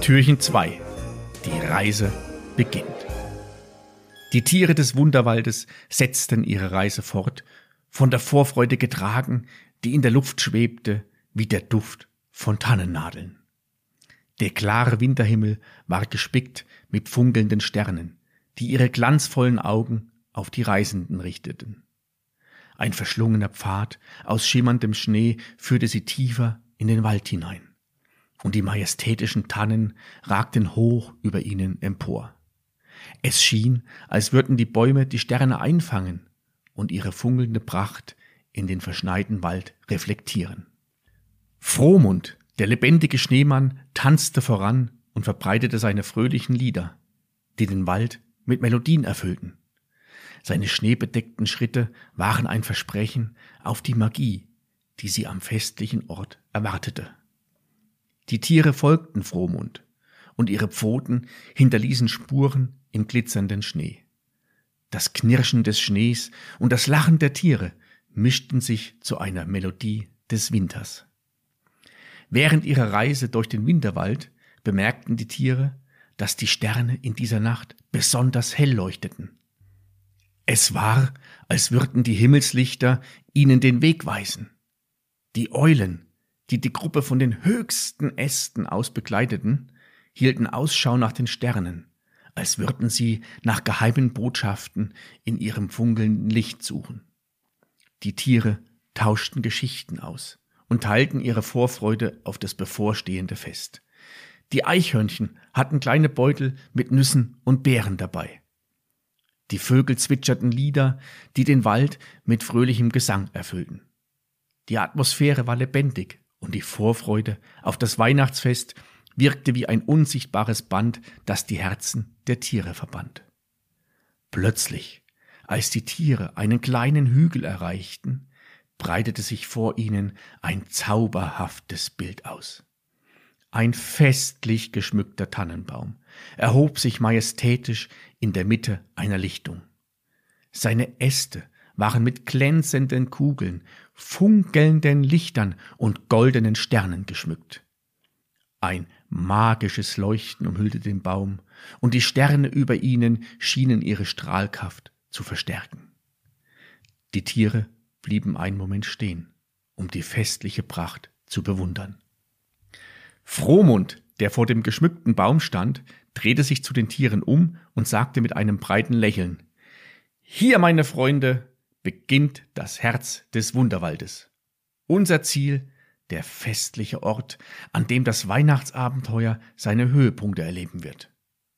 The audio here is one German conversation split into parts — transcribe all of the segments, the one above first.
Türchen 2. Die Reise beginnt. Die Tiere des Wunderwaldes setzten ihre Reise fort, von der Vorfreude getragen, die in der Luft schwebte wie der Duft von Tannennadeln. Der klare Winterhimmel war gespickt mit funkelnden Sternen, die ihre glanzvollen Augen auf die Reisenden richteten. Ein verschlungener Pfad aus schimmerndem Schnee führte sie tiefer in den Wald hinein, und die majestätischen Tannen ragten hoch über ihnen empor. Es schien, als würden die Bäume die Sterne einfangen und ihre funkelnde Pracht in den verschneiten Wald reflektieren. Frohmund, der lebendige Schneemann, tanzte voran und verbreitete seine fröhlichen Lieder, die den Wald mit Melodien erfüllten. Seine schneebedeckten Schritte waren ein Versprechen auf die Magie, die sie am festlichen Ort erwartete. Die Tiere folgten Frohmund, und ihre Pfoten hinterließen Spuren im glitzernden Schnee. Das Knirschen des Schnees und das Lachen der Tiere mischten sich zu einer Melodie des Winters. Während ihrer Reise durch den Winterwald bemerkten die Tiere, dass die Sterne in dieser Nacht besonders hell leuchteten. Es war, als würden die Himmelslichter ihnen den Weg weisen. Die Eulen, die die Gruppe von den höchsten Ästen aus begleiteten, hielten Ausschau nach den Sternen, als würden sie nach geheimen Botschaften in ihrem funkelnden Licht suchen. Die Tiere tauschten Geschichten aus und teilten ihre Vorfreude auf das bevorstehende Fest. Die Eichhörnchen hatten kleine Beutel mit Nüssen und Beeren dabei. Die Vögel zwitscherten Lieder, die den Wald mit fröhlichem Gesang erfüllten. Die Atmosphäre war lebendig und die Vorfreude auf das Weihnachtsfest wirkte wie ein unsichtbares Band, das die Herzen der Tiere verband. Plötzlich, als die Tiere einen kleinen Hügel erreichten, breitete sich vor ihnen ein zauberhaftes Bild aus. Ein festlich geschmückter Tannenbaum erhob sich majestätisch in der Mitte einer Lichtung. Seine Äste waren mit glänzenden Kugeln, funkelnden Lichtern und goldenen Sternen geschmückt. Ein magisches Leuchten umhüllte den Baum, und die Sterne über ihnen schienen ihre Strahlkraft zu verstärken. Die Tiere blieben einen Moment stehen, um die festliche Pracht zu bewundern. Frohmund, der vor dem geschmückten Baum stand, drehte sich zu den Tieren um und sagte mit einem breiten Lächeln: »Hier, meine Freunde, beginnt das Herz des Wunderwaldes. Unser Ziel, der festliche Ort, an dem das Weihnachtsabenteuer seine Höhepunkte erleben wird.«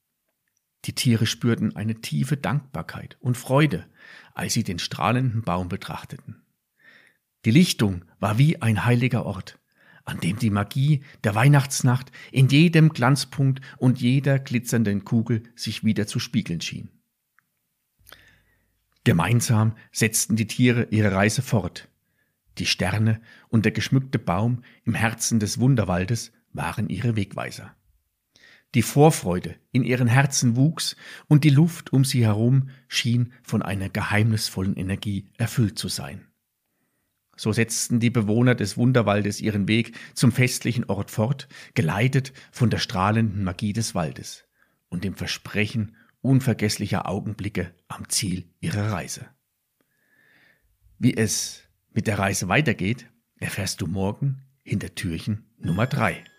Die Tiere spürten eine tiefe Dankbarkeit und Freude, als sie den strahlenden Baum betrachteten. Die Lichtung war wie ein heiliger Ort, an dem die Magie der Weihnachtsnacht in jedem Glanzpunkt und jeder glitzernden Kugel sich wieder zu spiegeln schien. Gemeinsam setzten die Tiere ihre Reise fort. Die Sterne und der geschmückte Baum im Herzen des Wunderwaldes waren ihre Wegweiser. Die Vorfreude in ihren Herzen wuchs und die Luft um sie herum schien von einer geheimnisvollen Energie erfüllt zu sein. So setzten die Bewohner des Wunderwaldes ihren Weg zum festlichen Ort fort, geleitet von der strahlenden Magie des Waldes und dem Versprechen unvergesslicher Augenblicke am Ziel ihrer Reise. Wie es mit der Reise weitergeht, erfährst du morgen hinter Türchen Nummer 3.